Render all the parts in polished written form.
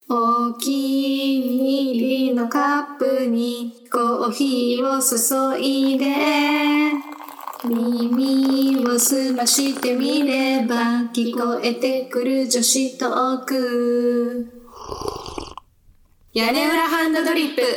お気に入りのカップにコーヒーを注いで耳を澄ましてみれば聞こえてくる女子トーク。屋根裏ハンドドリップ。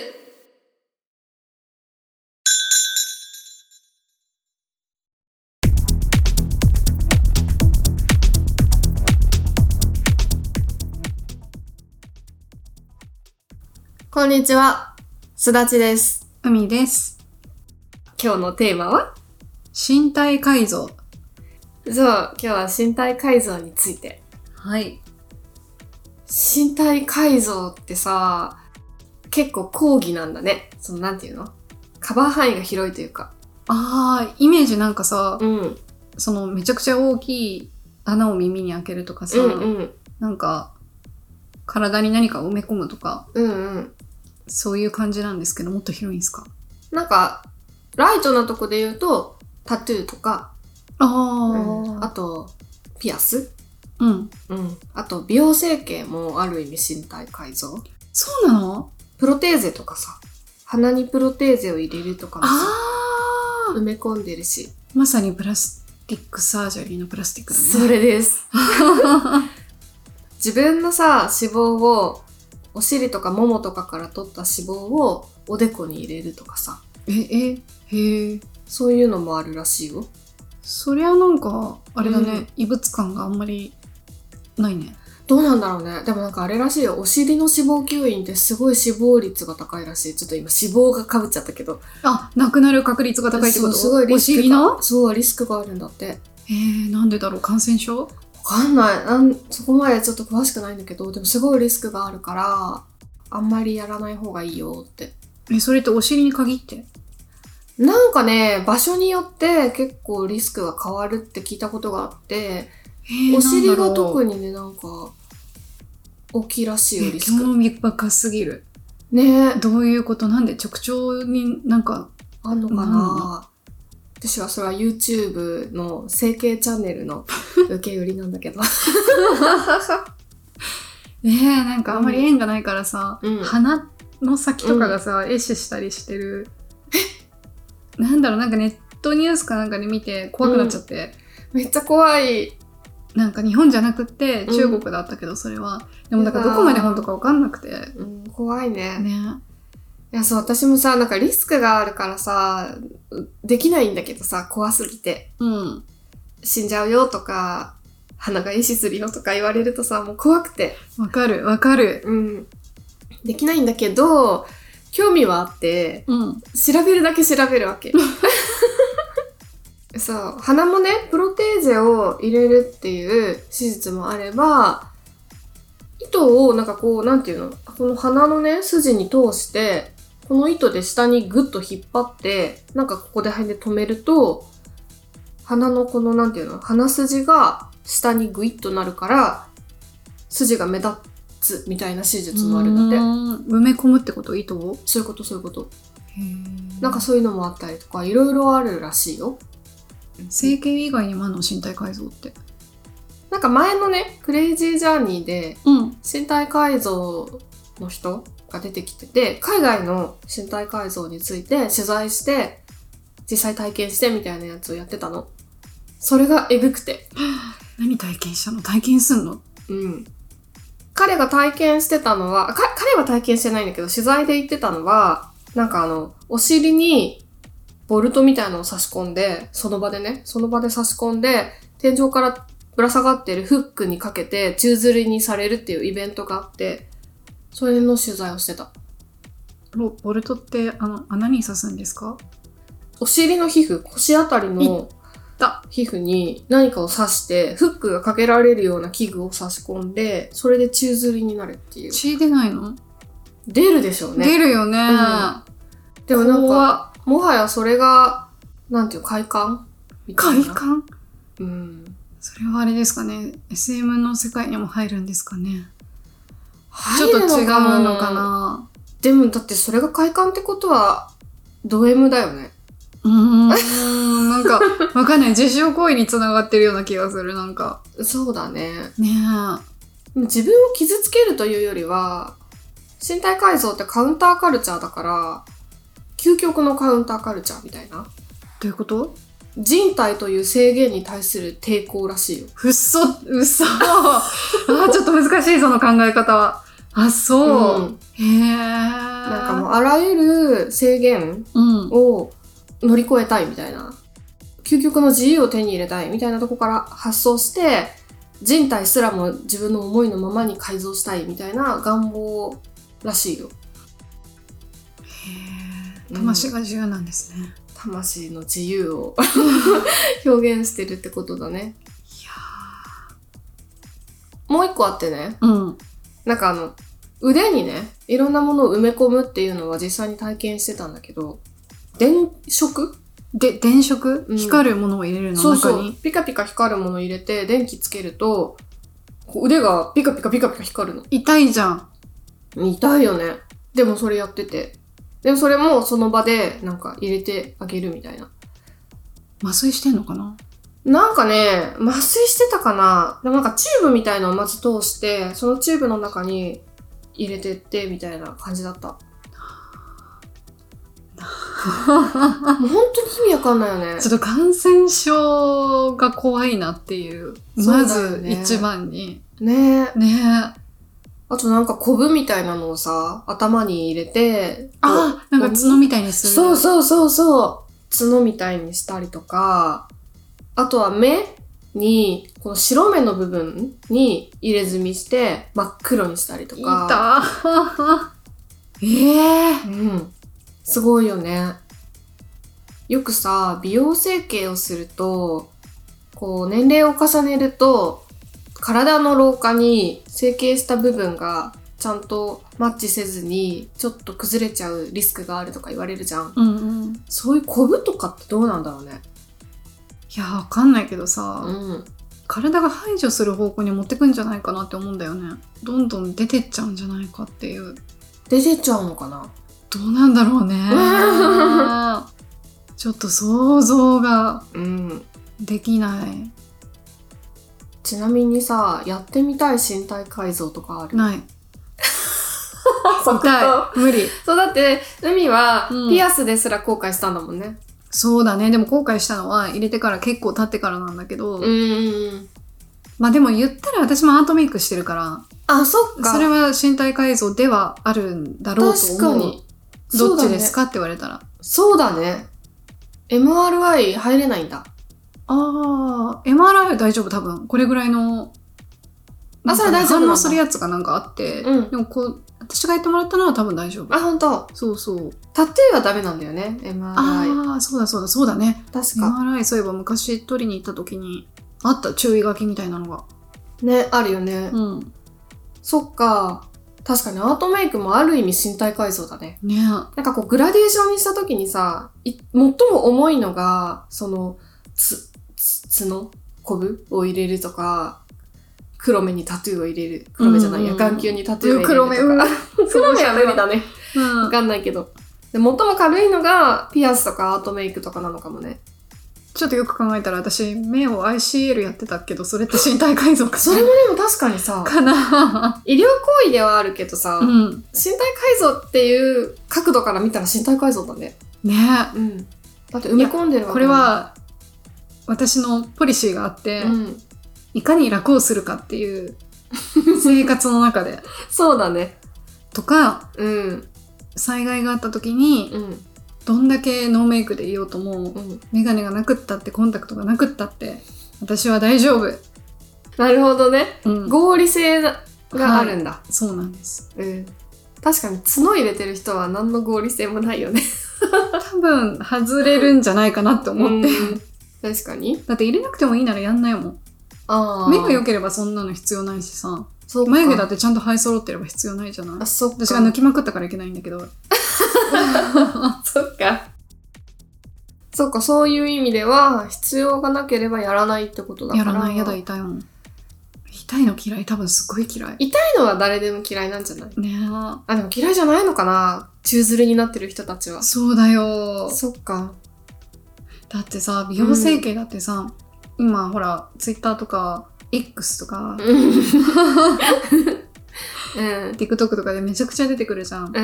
こんにちは、すだちです。 海です。 今日のテーマは身体改造。 そう、今日は身体改造について。 はい。 身体改造ってさ、結構広義なんだね。なんていうの？カバー範囲が広いというか。 イメージなんかさ、めちゃくちゃ大きい穴を耳に開けるとかさ、なんか体に何か埋め込むとか、そういう感じなんですけど、もっと広いんですか？ なんかライトなとこで言うとタトゥーとか、あとピアス、あと美容整形もある意味身体改造。 そうなの？ プロテーゼとかさ、鼻にプロテーゼを入れるとかもさ、埋め込んでるし。 まさにプラスティックサージャリーのプラスティックだね。 それです自分のさ、脂肪をお尻とかももとかから取った脂肪をおでこに入れるとかさ。 へえ。 そういうのもあるらしいよ。 そりゃなんかあれだね、異物感があんまりないね。 どうなんだろうね。でもなんかあれらしいよ。お尻の脂肪吸引ってすごい死亡率が高いらしい。ちょっと今脂肪がかぶっちゃったけど。 なくなる確率が高いってこと？ すごいリスクが。 お尻の？ そう、リスクがあるんだって。 なんでだろう？感染症？ わかんない。そこまでちょっと詳しくないんだけど、でもすごいリスクがあるから、あんまりやらない方がいいよって。 それってお尻に限って？ なんかね、場所によって結構リスクが変わるって聞いたことがあって、お尻が特にね、なんか、大きいらしいよ、リスク。 興味深すぎる。 ねえ。 どういうこと？なんで直腸になんか、 あんのかな？私はそれは YouTube の整形チャンネルの受け売りなんだけど。 なんかあんまり縁がないからさ、鼻の先とかがさ、壊死したりしてる。なんだろう、なんかネットニュースかなんかで見て怖くなっちゃって。 めっちゃ怖い。 なんか日本じゃなくって中国だったけど、それは。でもだからどこまで本当かわかんなくて。 怖いね。いや、そう、私もさ、なんかリスクがあるからさ、できないんだけどさ、怖すぎて。死んじゃうよとか、鼻が壊死するよとか言われるとさ、もう怖くて。 わかる。 できないんだけど、興味はあって、調べるだけ調べるわけ。そう、鼻もね、プロテーゼを入れるっていう手術もあれば、糸をなんかこう、なんていうの、この鼻のね、筋に通して、この糸で下にグッと引っ張って、なんかここで止めると、鼻のこのなんていうの、鼻筋が下にグイッとなるから、筋が目立つみたいな手術もあるんだって。 埋め込むってこと？糸を？ そういうこと。なんかそういうのもあったりとか、いろいろあるらしいよ。 整形以外にもあるの？身体改造って。 なんか前のね、クレイジージャーニーで、身体改造の人が出てきてて、海外の身体改造について取材して、実際体験してみたいなやつをやってたの。それがエグくて。 何体験したの？体験すんの？ 彼が体験してたのは、彼は体験してないんだけど、取材で言ってたのは、なんかお尻にボルトみたいなのを差し込んで、その場で差し込んで、天井からぶら下がってるフックにかけて宙吊りにされるっていうイベントがあって、それの取材をしてた。 ボルトって穴に刺すんですか？ お尻の皮膚、腰あたりの皮膚に何かを刺して、フックがかけられるような器具を差し込んで、それで宙吊りになるっていう。 血出ないの？ 出るでしょうね。 出るよね。 でもなんか、もはやそれが、なんていう快感みたいな。 快感？それはあれですかね。SM の世界にも入るんですかね。ちょっと違うのかな。 でもだってそれが快感ってことは、ド M だよね。 なんか、わかんない。自傷行為につながってるような気がする、なんか。 そうだね。 自分を傷つけるというよりは、身体改造ってカウンターカルチャーだから、究極のカウンターカルチャーみたいな。 どういうこと？ 人体という制限に対する抵抗らしいよ。 嘘あ、ちょっと難しい、その考え方は。あ、そう。へー。 なんかもうあらゆる制限を乗り越えたいみたいな。究極の自由を手に入れたいみたいなとこから発想して、人体すらも自分の思いのままに改造したいみたいな願望らしいよ。 へー。魂が自由なんですね。 魂の自由を表現してるってことだね。 いやもう一個あってね。 うん。 なんか腕にね、いろんなものを埋め込むっていうのは実際に体験してたんだけど、電飾？ 電飾？光るものを入れるの、中に。 そうそう。ピカピカ光るものを入れて、電気つけると、腕がピカピカピカピカ光るの。 痛いじゃん。 痛いよね。でもそれやってて。でもそれもその場でなんか入れてあげるみたいな。 麻酔してんのかな？ なんかね、麻酔してたかな。でもなんかチューブみたいのをまず通して、そのチューブの中に入れてってみたいな感じだった。もう本当に意味わかんないよね。 ちょっと感染症が怖いなっていう。まず一番に。 ねえ。 ねえ。 あとなんかコブみたいなのをさ、頭に入れて。 なんか角みたいにする。 そうそうそうそう。角みたいにしたりとか、あとは目に、この白目の部分に入れ墨して真っ黒にしたりとか。うん。すごいよね。よくさ、美容整形をすると、こう年齢を重ねると、体の老化に整形した部分がちゃんとマッチせずにちょっと崩れちゃうリスクがあるとか言われるじゃん。 うんうん、 そういうコブとかってどうなんだろうね。 いや、わかんないけどさ、 うん、 体が排除する方向に持ってくんじゃないかなって思うんだよね。どんどん出てっちゃうんじゃないかっていう。 出てっちゃうのかな？ どうなんだろうね。ちょっと想像ができない。 ちなみにさ、やってみたい身体改造とかある？ ない。痛い。無理。 そう、だって、海はピアスですら後悔したんだもんね。 そうだね。でも後悔したのは入れてから結構経ってからなんだけど。まあでも言ったら私もアートメイクしてるから。 あ、そっか。 それは身体改造ではあるんだろうと思う。確かに。どっちですかって言われたら。 そうだね。MRI 入れないんだ。 ああ、MRI は大丈夫多分。これぐらいの。 それ大丈夫。 反応するやつがなんかあって。でも私がやってもらったのは多分大丈夫。 あ、本当。 そうそう。 タトゥーはダメなんだよね、MRI。 ああ、そうだね。 確か。 MRI そういえば昔取りに行った時にあった注意書きみたいなのが。 ね、あるよね。 うん。 そっか。確かにアートメイクもある意味身体改造だね。 ね。 なんかこうグラデーションにした時にさ、最も重いのが、その、角コブを入れるとか、黒目にタトゥーを入れる。黒目じゃないや、眼球にタトゥーを入れるとか。黒目は無理だね。わかんないけど。で、最も軽いのが、ピアスとかアートメイクとかなのかもね。 ちょっとよく考えたら私、目を ICL やってたけど、それって身体改造かな。 それもでも確かにさ、 かな。 医療行為ではあるけどさ、身体改造っていう角度から見たら身体改造だね。 ね。 だって埋め込んでるわけ。 これは、私のポリシーがあって、いかに楽をするかっていう生活の中で。 そうだね。 とか、災害があった時に、どんだけノーメイクでいようとも、メガネがなくったってコンタクトがなくったって私は大丈夫。 なるほどね、合理性があるんだ、 そうなんです、 確かに角入れてる人は何の合理性もないよね多分外れるんじゃないかなって思って、 確かに。 だって入れなくてもいいならやんないもん。目が良ければそんなの必要ないしさ、眉毛だってちゃんと生え揃ってれば必要ないじゃない。私が抜きまくったからいけないんだけどそっか。そっか、そういう意味では必要がなければやらないってことだから。 やらない。やだ、痛いもん。痛いの嫌い。多分すっごい嫌い。 痛いのは誰でも嫌いなんじゃない？ ねえ。 あ、でも嫌いじゃないのかな、宙づりになってる人たちは。 そうだよ。 そっか。 だってさ、美容整形だってさ、今ほらツイッターとか X とか、 うん。 TikTok とかでめちゃくちゃ出てくるじゃん。 うんうん。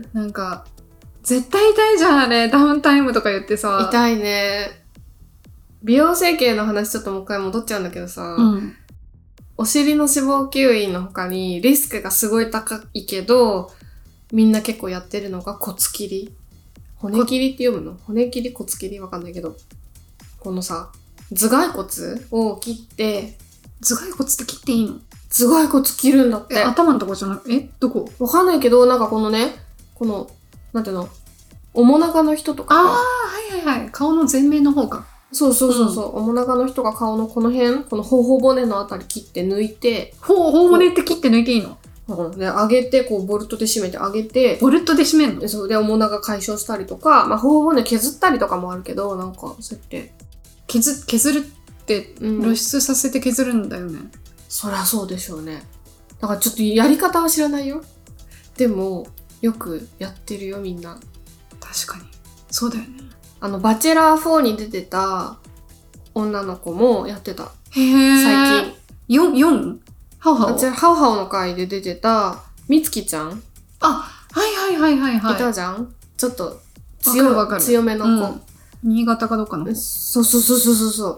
なんか、絶対痛いじゃん、あれ。ダウンタイムとか言ってさ。 痛いね。美容整形の話ちょっともう一回戻っちゃうんだけどさ、お尻の脂肪吸引の他にリスクがすごい高いけど、みんな結構やってるのが骨切り。骨切りって読むの？骨切り骨切りわかんないけど。このさ、頭蓋骨を切って、 頭蓋骨って切っていいの？ 頭蓋骨切るんだって。 頭のとこじゃなく、どこ？ わかんないけど、なんかこのね、この、なんていうの？面長の人とか。 はいはいはい。顔の前面の方か。 そうそうそうそう、面長の人が顔のこの辺、この頬骨のあたり切って抜いて。 頬骨って切って抜いていいの？ で、上げて、こう、ボルトで締めて上げて。 ボルトで締めんの？ そう。で、面長解消したりとか、まあ、頬骨削ったりとかもあるけど、なんか、そうやって。 削るって、露出させて削るんだよね。 そりゃそうでしょうね。だからちょっとやり方は知らないよ。でも、よくやってるよ、みんな。 確かに。そうだよね。 バチェラー4に出てた女の子もやってた。 へぇ最近。4？ハオハオ？ ハオハオの回で出てた、みつきちゃん。 はいはいはいはいはい。 いたじゃん？ちょっと強めの子。 新潟かどっかの子。 そう。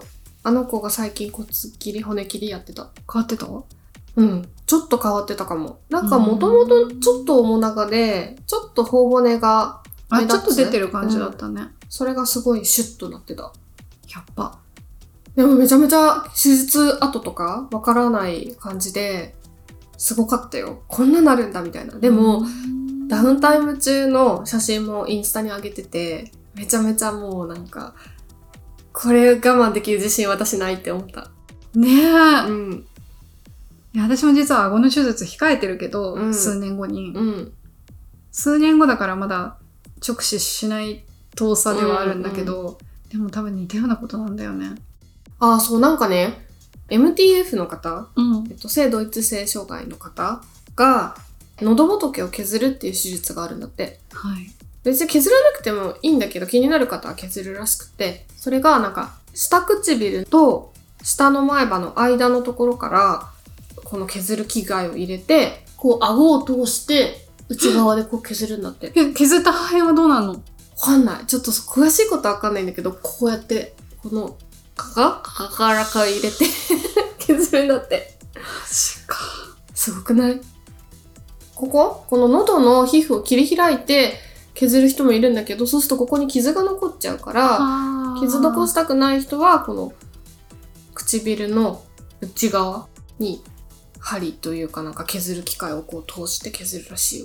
あの子が最近骨切りやってた。 変わってた？ うん。ちょっと変わってたかも。なんかもともとちょっと面長で、ちょっと頬骨が目立つ。 ちょっと出てる感じだったね。 それがすごいシュッとなってた。 やっぱ。 でもめちゃめちゃ手術後とかわからない感じで、すごかったよ。こんななるんだみたいな。でも、ダウンタイム中の写真もインスタに上げてて、めちゃめちゃもうなんか、これ我慢できる自信私ないって思った。 ねえ。 うん。 いや、私も実は顎の手術控えてるけど、数年後に。数年後だからまだ直視しない遠さではあるんだけど、でも多分似たようなことなんだよね。 そう、なんかね、MTF の方、性同一性障害の方が、喉仏を削るっていう手術があるんだって。 はい。 別に削らなくてもいいんだけど、気になる方は削るらしくて、それがなんか、下唇と下の前歯の間のところから、この削る機械を入れて、こう顎を通して、内側でこう削るんだって。 削った破片はどうなの？ わかんない。ちょっと詳しいことはわかんないんだけど、こうやって、この、から入れて削るんだって。 マジか。 すごくない？この喉の皮膚を切り開いて削る人もいるんだけど、そうするとここに傷が残っちゃうから、傷残したくない人は、この唇の内側に針というかなんか削る機械をこう通して削るらしいよ。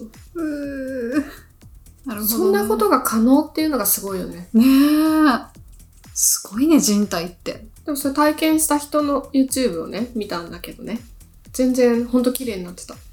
なるほど、ね。 そんなことが可能っていうのがすごいよね。 ねえ。すごいね、人体って。 でもそれ体験した人の YouTube をね、見たんだけどね。全然ほんと綺麗になってた。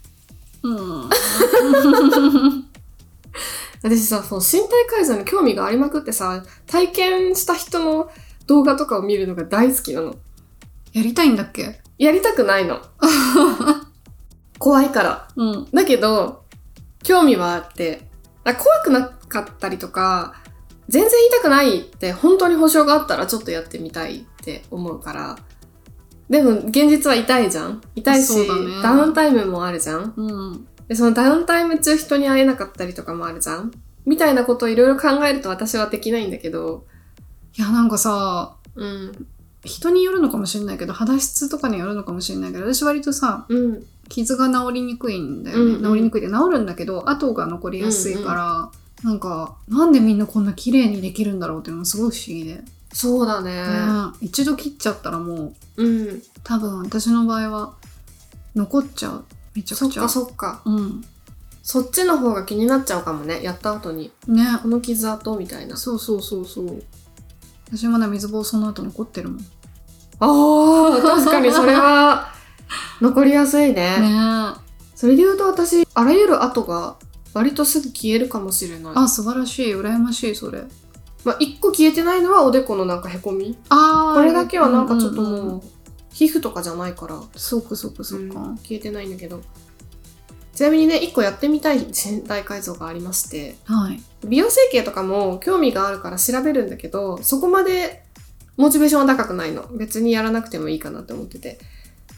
私さ、その身体改造に興味がありまくってさ、体験した人の動画とかを見るのが大好きなの。 やりたいんだっけ？ やりたくないの。怖いから。だけど、興味はあって、怖くなかったりとか、全然痛くないって本当に保証があったらちょっとやってみたいって思うから。でも現実は痛いじゃん。痛いし、ね、ダウンタイムもあるじゃん。で、そのダウンタイム中人に会えなかったりとかもあるじゃん。みたいなことをいろいろ考えると私はできないんだけど。 いや、なんかさ、人によるのかもしれないけど、肌質とかによるのかもしれないけど、私割とさ、傷が治りにくいんだよね。治りにくいで治るんだけど、跡が残りやすいから、なんか、なんでみんなこんな綺麗にできるんだろうっていうのがすごい不思議で。 そうだね。 一度切っちゃったらもう、多分私の場合は残っちゃう。めちゃくちゃ。 そっか。そっちの方が気になっちゃうかもね。やった後に。 ね。 この傷跡みたいな。 そう。私まだ水棒その後残ってるもん。 確かにそれは残りやすいね。それで言うと私、あらゆる跡が割とすぐ消えるかもしれない。 素晴らしい。羨ましい、それ。 一個消えてないのはおでこのなんかへこみ。これだけはなんかちょっともう、皮膚とかじゃないから。 そうか。 消えてないんだけど。ちなみにね、一個やってみたい身体改造がありまして。美容整形とかも興味があるから調べるんだけど、そこまでモチベーションは高くないの。別にやらなくてもいいかなって思ってて。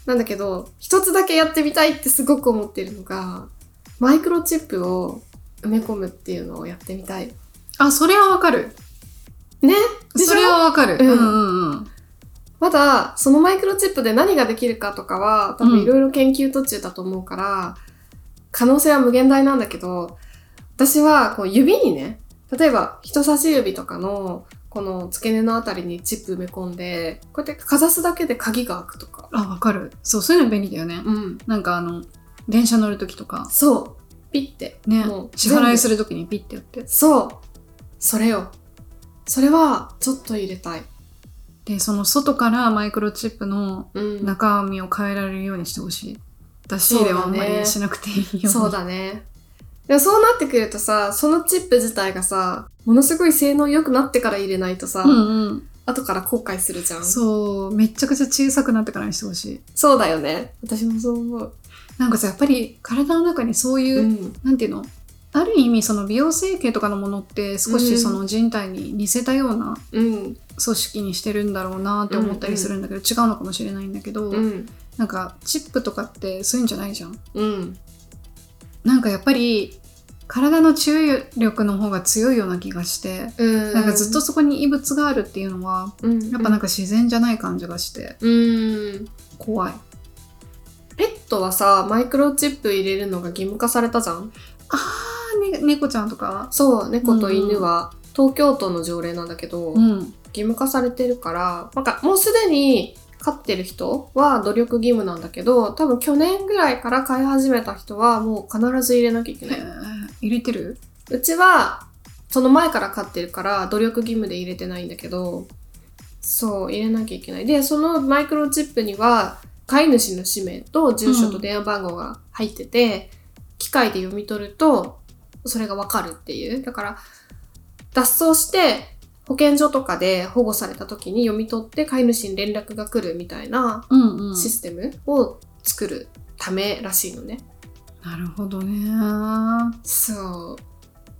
なんだけど、一つだけやってみたいってすごく思ってるのが、マイクロチップを埋め込むっていうのをやってみたい。 あ、それはわかる。 ね。 それはわかる。うんうんうん。 まだ、そのマイクロチップで何ができるかとかは、多分いろいろ研究途中だと思うから、可能性は無限大なんだけど、私はこう指にね、例えば人差し指とかのこの付け根のあたりにチップ埋め込んで、こうやってかざすだけで鍵が開くとか。 あ、わかる。そう、そういうの便利だよね。 うん。 なんか電車乗るときとか。 そう。ピッて。 ね。もう支払いするときにピッてやって。 そう。それよ。それはちょっと入れたい。 で、その外からマイクロチップの中身を変えられるようにしてほしい。出し入れはあんまりしなくていいように。 そうだね。でもそうなってくるとさ、そのチップ自体がさ、ものすごい性能良くなってから入れないとさ、後から後悔するじゃん。 そう、めっちゃくちゃ小さくなってからにしてほしい。 そうだよね。私もそう思う。 なんかさ、やっぱり体の中にそういう、なんていうの、ある意味その美容整形とかのものって少しその人体に似せたような組織にしてるんだろうなって思ったりするんだけど、違うのかもしれないんだけど、なんかチップとかってそういうんじゃないじゃん。なんかやっぱり体の注意力の方が強いような気がして、なんかずっとそこに異物があるっていうのは、やっぱなんか自然じゃない感じがして、怖い。 ペットはさ、マイクロチップ入れるのが義務化されたじゃん。 猫ちゃんとか。 そう、猫と犬は東京都の条例なんだけど、義務化されてるから、なんかもうすでに飼ってる人は努力義務なんだけど、多分去年ぐらいから飼い始めた人はもう必ず入れなきゃいけない。 入れてる？ うちはその前から飼ってるから努力義務で入れてないんだけど、そう、入れなきゃいけない。で、そのマイクロチップには飼い主の氏名と住所と電話番号が入ってて、機械で読み取るとそれがわかるっていう。だから脱走して保健所とかで保護された時に読み取って飼い主に連絡が来るみたいなシステムを作るためらしいのね。 なるほどね。 そう。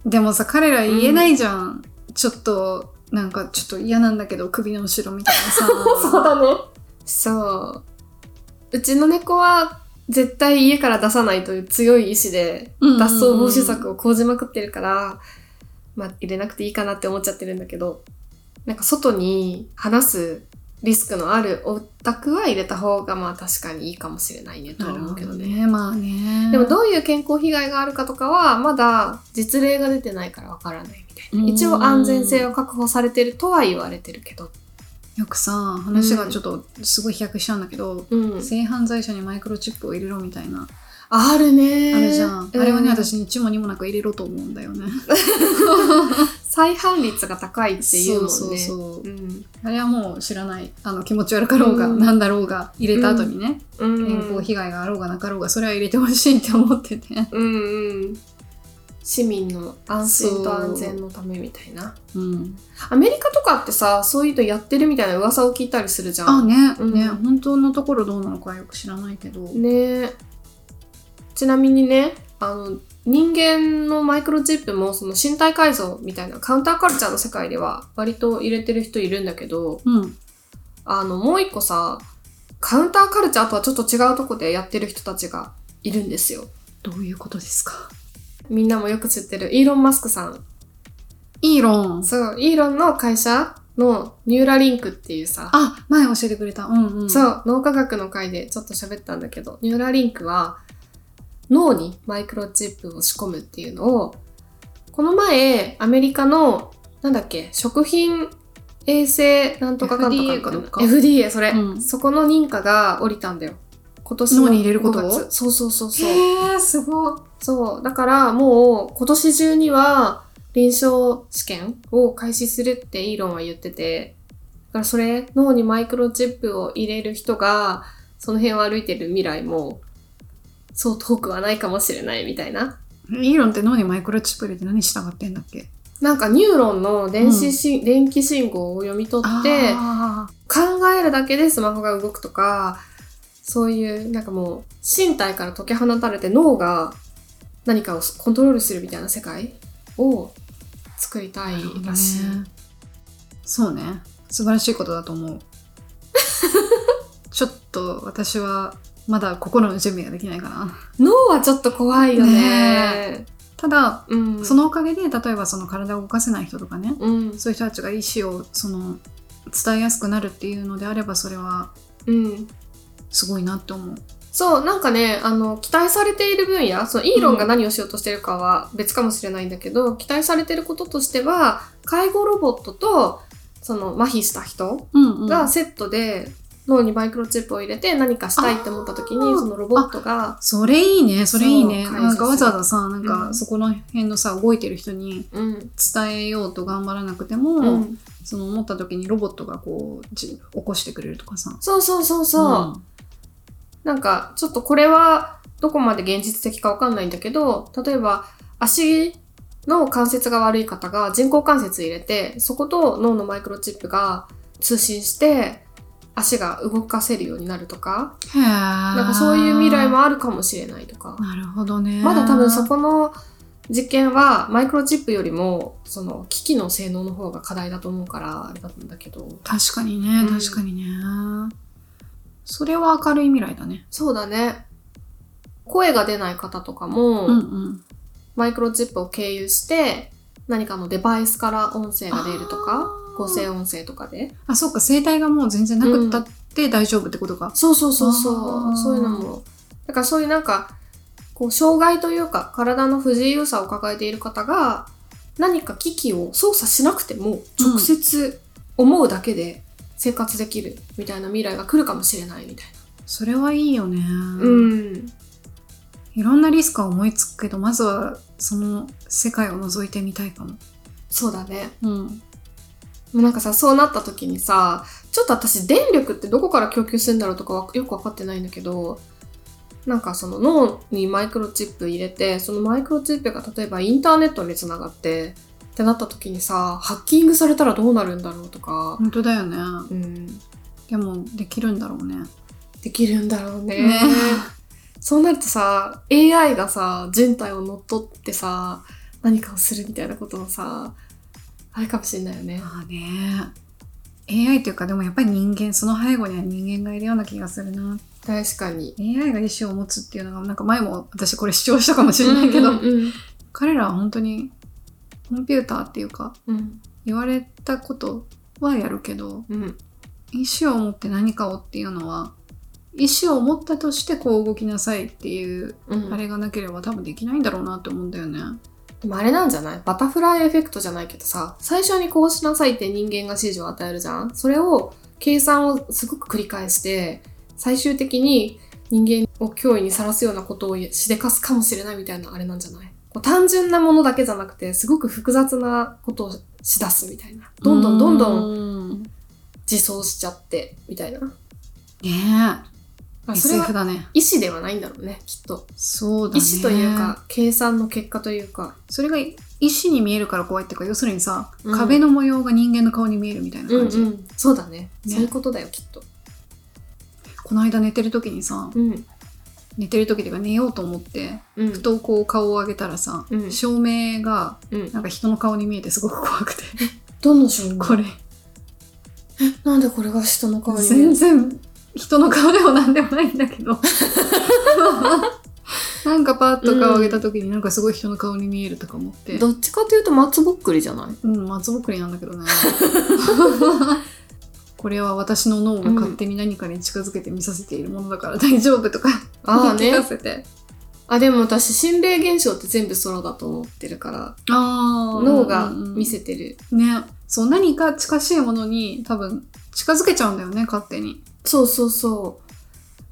でもさ、彼ら言えないじゃん。ちょっとなんかちょっと嫌なんだけど首の後ろみたいなさ。 そうだね。そう。うちの猫は絶対家から出さないという強い意志で脱走防止策を講じまくってるから、まあ入れなくていいかなって思っちゃってるんだけど、なんか外に放すリスクのあるお宅は入れた方がまあ確かにいいかもしれないねとは思うけどね。 まあね。 でもどういう健康被害があるかとかはまだ実例が出てないからわからないみたいな。一応安全性を確保されてるとは言われてるけど。 よくさ、話がちょっとすごい飛躍しちゃうんだけど、性犯罪者にマイクロチップを入れろみたいな。 あるね。 あるじゃん。あれはね、私に1も2もなく入れろと思うんだよね。 再犯率が高いっていうもんね。 そう。あれはもう知らない。気持ち悪かろうが、なんだろうが、入れた後にね、健康被害があろうがなかろうが、それは入れてほしいって思ってて。市民の安心と安全のためみたいな。アメリカとかってさ、そういうのやってるみたいな噂を聞いたりするじゃん。 ね、本当のところどうなのかよく知らないけど。 ね。ちなみにね、人間のマイクロチップもその身体改造みたいなカウンターカルチャーの世界では割と入れてる人いるんだけど、もう一個さ、カウンターカルチャーとはちょっと違うとこでやってる人たちがいるんですよ。 どういうことですか？ みんなもよく知ってるイーロン・マスクさん。 イーロン。 そう、イーロンの会社のニューラリンクっていうさ。 前教えてくれた。 そう、脳科学の回でちょっと喋ったんだけど、ニューラリンクは脳にマイクロチップを仕込むっていうのを、この前、アメリカの、食品衛生なんとかかんとか FDA かどっか FDA、それ、そこの認可が下りたんだよ。今年の5月。 脳に入れること？ そう。 へー、すごい。 そう。だからもう今年中には臨床試験を開始するってイーロンは言ってて、だからそれ、脳にマイクロチップを入れる人が、その辺を歩いてる未来も、そう遠くはないかもしれないみたいな。 イーロンって脳にマイクロチップ入れて何したがってんだっけ？ なんかニューロンの電気信号を読み取って、考えるだけでスマホが動くとか、そういうなんかもう身体から解き放たれて脳が何かをコントロールするみたいな世界を作りたいらしい。 そうね。素晴らしいことだと思う。 ちょっと私はまだ心の準備ができないかな。 脳はちょっと怖いよね。 ただ、 うん、 そのおかげで例えばその体を動かせない人とかね、 うん、 そういう人たちが意思をその伝えやすくなるっていうのであればそれはすごいなって思う。 そう、なんかね、期待されている分野、そのイーロンが何をしようとしてるかは別かもしれないんだけど、期待されてることとしては、介護ロボットと、その麻痺した人がセットで脳にマイクロチップを入れて何かしたいって思った時に、そのロボットが。 それいいね、それいいね。なんかわざわざさ、なんかそこの辺のさ、動いてる人に伝えようと頑張らなくても、その思った時にロボットがこう、起こしてくれるとかさ。 そうそうそうそう。なんか、ちょっとこれはどこまで現実的かわかんないんだけど、例えば足の関節が悪い方が人工関節入れて、そこと脳のマイクロチップが通信して足が動かせるようになるとか、なんかそういう未来もあるかもしれないとか。 なるほどね。 まだ多分そこの実験はマイクロチップよりもその機器の性能の方が課題だと思うからあれだったんだけど。 確かにね、確かにね。それは明るい未来だね。 そうだね。声が出ない方とかも、マイクロチップを経由して何かのデバイスから音声が出るとか、合成音声とかで。 あ、そうか、声帯がもう全然なくったって大丈夫ってことか。 そうそうそうそう。そういうのも。だからそういうなんか、こう、障害というか、体の不自由さを抱えている方が、何か機器を操作しなくても、直接思うだけで生活できるみたいな未来が来るかもしれないみたいな。 それはいいよね。いろんなリスクは思いつくけど、まずはその世界を覗いてみたいかも。 そうだね。なんかさ、そうなった時にさ、ちょっと私電力ってどこから供給するんだろうとかはよくわかってないんだけど、なんかその脳にマイクロチップ入れて、そのマイクロチップが例えばインターネットにつながってってなった時にさ、ハッキングされたらどうなるんだろうとか。 本当だよね。でもできるんだろうね。 できるんだろうね。そうなるとさ、AI がさ、人体を乗っ取ってさ、何かをするみたいなこともさ、あれかもしれないよね。 まあね。AI っていうか、でもやっぱり人間、その背後には人間がいるような気がするな。 確かに。 AI が意思を持つっていうのが、なんか前も私これ主張したかもしれないけど、彼らは本当にコンピューターっていうか、言われたことはやるけど、意思を持って何かをっていうのは、意思を持ったとしてこう動きなさいっていう、あれがなければ多分できないんだろうなって思うんだよね。 でもあれなんじゃない？バタフライエフェクトじゃないけどさ、最初にこうしなさいって人間が指示を与えるじゃん。それを計算をすごく繰り返して、最終的に人間を脅威にさらすようなことをしでかすかもしれないみたいなあれなんじゃない？こう単純なものだけじゃなくて、すごく複雑なことをしだすみたいな。どんどん自走しちゃって、みたいな。 ねえ。SF だね。 意思ではないんだろうね、きっと。 そうだね。 意思というか、計算の結果というか。 それが意思に見えるから怖いっていうか、要するにさ、壁の模様が人間の顔に見えるみたいな感じ。 そうだね。そういうことだよ、きっと。 この間寝てる時にさ、寝てる時というか寝ようと思って、ふとこう顔を上げたらさ、照明がなんか人の顔に見えてすごく怖くて。 どの照明？ これ。 なんでこれが人の顔に見える？ 全然人の顔でもなんでもないんだけど。なんかパッと顔上げた時になんかすごい人の顔に見えるとか思って。 どっちかというと松ぼっくりじゃない？ 松ぼっくりなんだけどね。これは私の脳が勝手に何かに近づけて見させているものだから大丈夫とか聞かせて。 でも私心霊現象って全部空だと思ってるから。脳が見せてる。 ね。そう、何か近しいものに多分近づけちゃうんだよね、勝手に。 そうそうそう。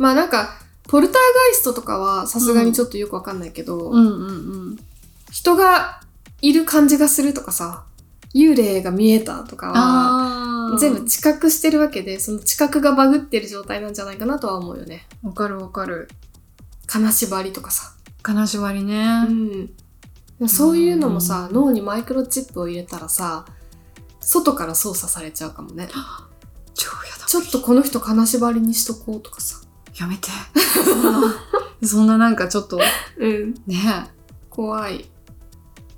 まあなんか、ポルターガイストとかはさすがにちょっとよくわかんないけど、人がいる感じがするとかさ、幽霊が見えたとかは、全部知覚してるわけで、その知覚がバグってる状態なんじゃないかなとは思うよね。 わかるわかる。 金縛りとかさ。 金縛りね。 そういうのもさ、脳にマイクロチップを入れたらさ、外から操作されちゃうかもね。 超やだ。 ちょっとこの人金縛りにしとこうとかさ。 やめて。そんななんかちょっと。ね。 怖い。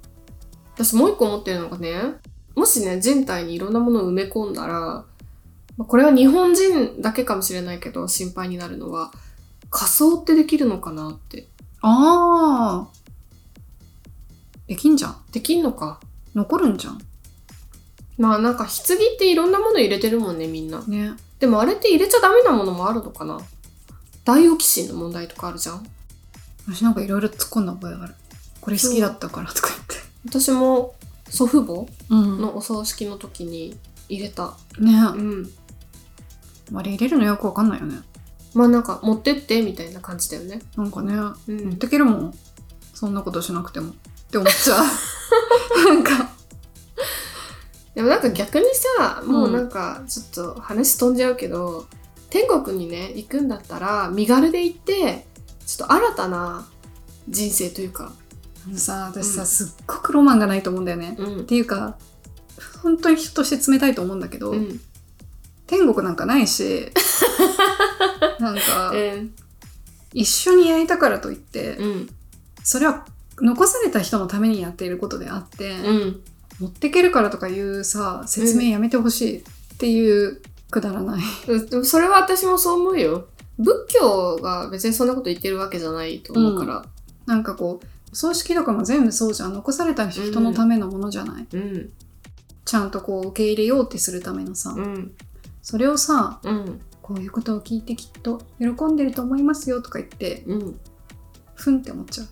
私もう一個思ってるのがね、もしね、人体にいろんなものを埋め込んだら、 これは日本人だけかもしれないけど心配になるのは、仮装ってできるのかなって。 ああ。できんじゃん。 できんのか。 残るんじゃん。 まあなんか棺っていろんなもの入れてるもんね、みんな。 ね。 でもあれって入れちゃダメなものもあるのかな。ダイオキシンの問題とかあるじゃん。 私なんかいろいろ突っ込んだ覚えがある。これ好きだったからとか言って。 私も祖父母のお葬式の時に入れた。 ね。 うん。 あれ入れるのよくわかんないよね。 まあなんか持ってってみたいな感じだよね。 なんかね、 うん、 持ってけるもん。そんなことしなくてもって思っちゃう。なんか。 でもなんか逆にさ、もうなんかちょっと話飛んじゃうけど、天国にね行くんだったら身軽で行ってちょっと新たな人生というか、 さ、私さ、すっごくロマンがないと思うんだよね、っていうか本当に人として冷たいと思うんだけど、天国なんかないしなんか、一緒にやりたからといって、それは残された人のためにやっていることであって、持ってけるからとかいうさ説明やめてほしいっていうくだらない、 でもそれは私もそう思うよ。仏教が別にそんなこと言ってるわけじゃないと思うから、 なんかこうお葬式とかも全部そうじゃん。残された人のためのものじゃない、ちゃんとこう受け入れようってするためのさ、それをさ、こういうことを聞いてきっと喜んでると思いますよとか言って、ふんって思っちゃう。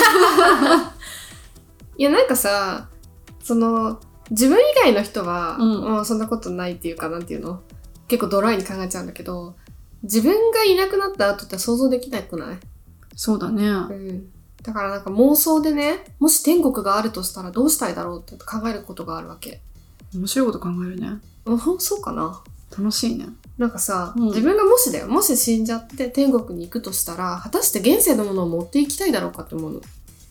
いやなんかさ、その自分以外の人は、もうそんなことないっていうか、なんていうの、結構ドライに考えちゃうんだけど、自分がいなくなった後って想像できなくない？ そうだね。 だからなんか妄想でね、もし天国があるとしたらどうしたいだろうって考えることがあるわけ。 面白いこと考えるね。 そうかな。 楽しいね。 なんかさ、自分がもしだよ、もし死んじゃって天国に行くとしたら、果たして現世のものを持っていきたいだろうかって思うの。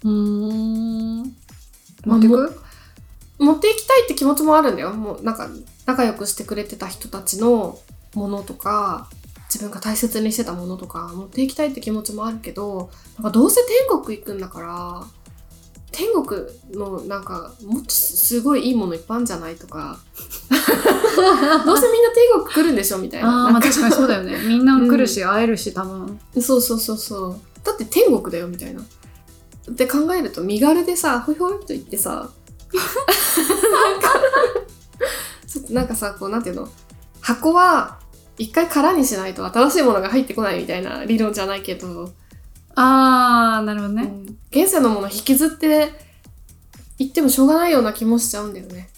持っていく？ 持っていきたいって気持ちもあるんだよ。もうなんか仲良くしてくれてた人たちのものとか、自分が大切にしてたものとか持っていきたいって気持ちもあるけど、なんかどうせ天国行くんだから天国のなんかもっとすごいいいものいっぱいあるんじゃないとかどうせみんな天国来るんでしょみたいな。 まあ確かにそうだよね。みんな来るし、会えるし多分。 そうだって天国だよみたいなって考えると、身軽でさほいほいと言ってさなんかさ、こうなんていうの、箱は一回空にしないと新しいものが入ってこないみたいな理論じゃないけど、 なるほどね、 現世のもの引きずって言ってもしょうがないような気もしちゃうんだよね。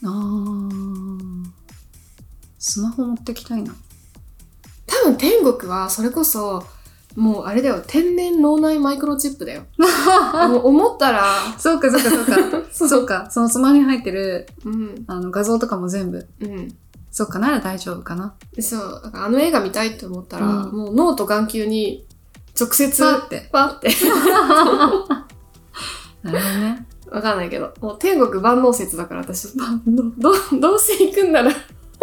スマホ持ってきたいな。 多分天国はそれこそもうあれだよ、天然脳内マイクロチップだよ。もう思ったらそうかそうかそのスマホに入ってる、画像とかも全部、そうかなら大丈夫かな。 そう、だからあの映画見たいって思ったら、もう脳と眼球に直接パってなるほどね。 わかんないけど、もう天国万能説だから私どうせ行くんなら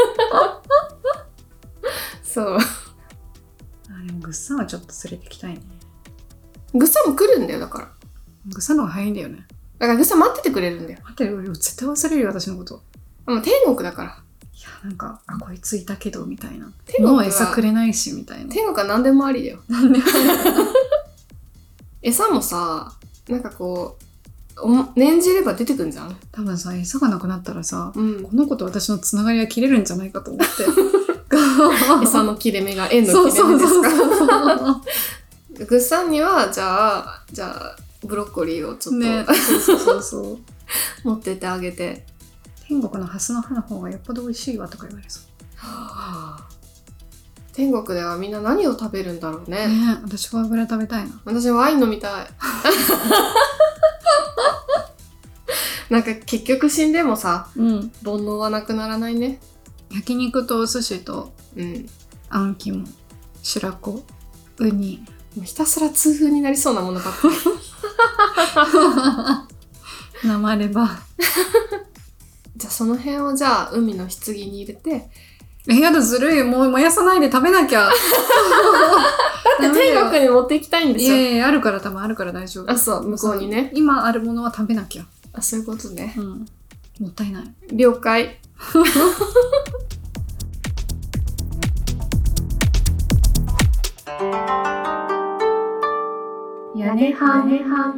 そう。 でもグッサンはちょっと連れてきたいね。 グッサンも来るんだよ。だからグッサンの方が早いんだよね。 だからグッサン待っててくれるんだよ。 待ってるよ、絶対忘れるよ私のこと。 もう天国だから。 いやなんかこいついたけどみたいな。天国は餌くれないしみたいな。 天国は何でもありだよ。何でもあり。餌もさ、なんかこう念じれば出てくんじゃん。 多分さ、餌がなくなったらさ、この子と私のつながりが切れるんじゃないかと思って餌の切れ目が縁の切れ目ですか。グッサンにはじゃあブロッコリーをちょっと、ね、そう持ってってあげて。 天国のハスの葉の方がよっぽど美味しいわとか言われそう。 天国ではみんな何を食べるんだろうね。 私は油食べたいな。 私はワイン飲みたい。なんか結局死んでもさ、煩悩はなくならないね。 焼肉とお寿司と、あん肝、白子、ウニ。 もうひたすら痛風になりそうなものばっかり。 生レバー。 じゃあその辺をじゃあ海の棺に入れて。 やだ、ずるい。もう燃やさないで食べなきゃ。だって天国に持っていきたいんでしょ。 いやあるから多分あるから大丈夫。 あ、そう、向こうにね。 今あるものは食べなきゃ。 あ、そういうことね。 もったいない。 了解。 屋根はねは。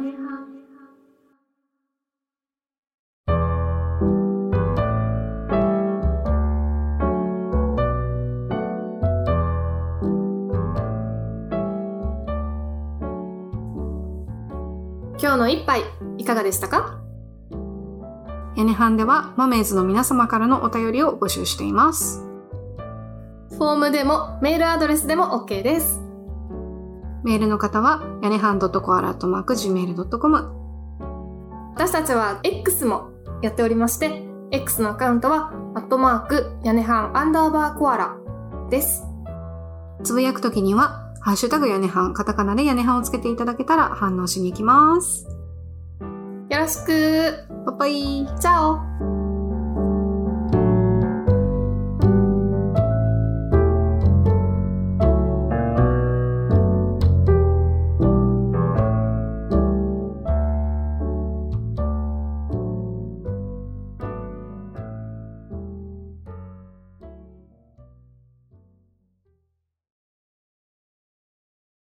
今日の一杯いかがでしたか？ 屋根班ではマメーズの皆様からのお便りを募集しています。 フォームでもメールアドレスでも OK です。 メールの方は屋根班.koala@gmail.com。 私たちは X もやっておりまして、X のアカウントは屋根班_koalaです。 つぶやくときにはハッシュタグ屋根班、カタカナで屋根班をつけていただけたら反応しに行きます。 よろしく。 バイバイ。 チャオ。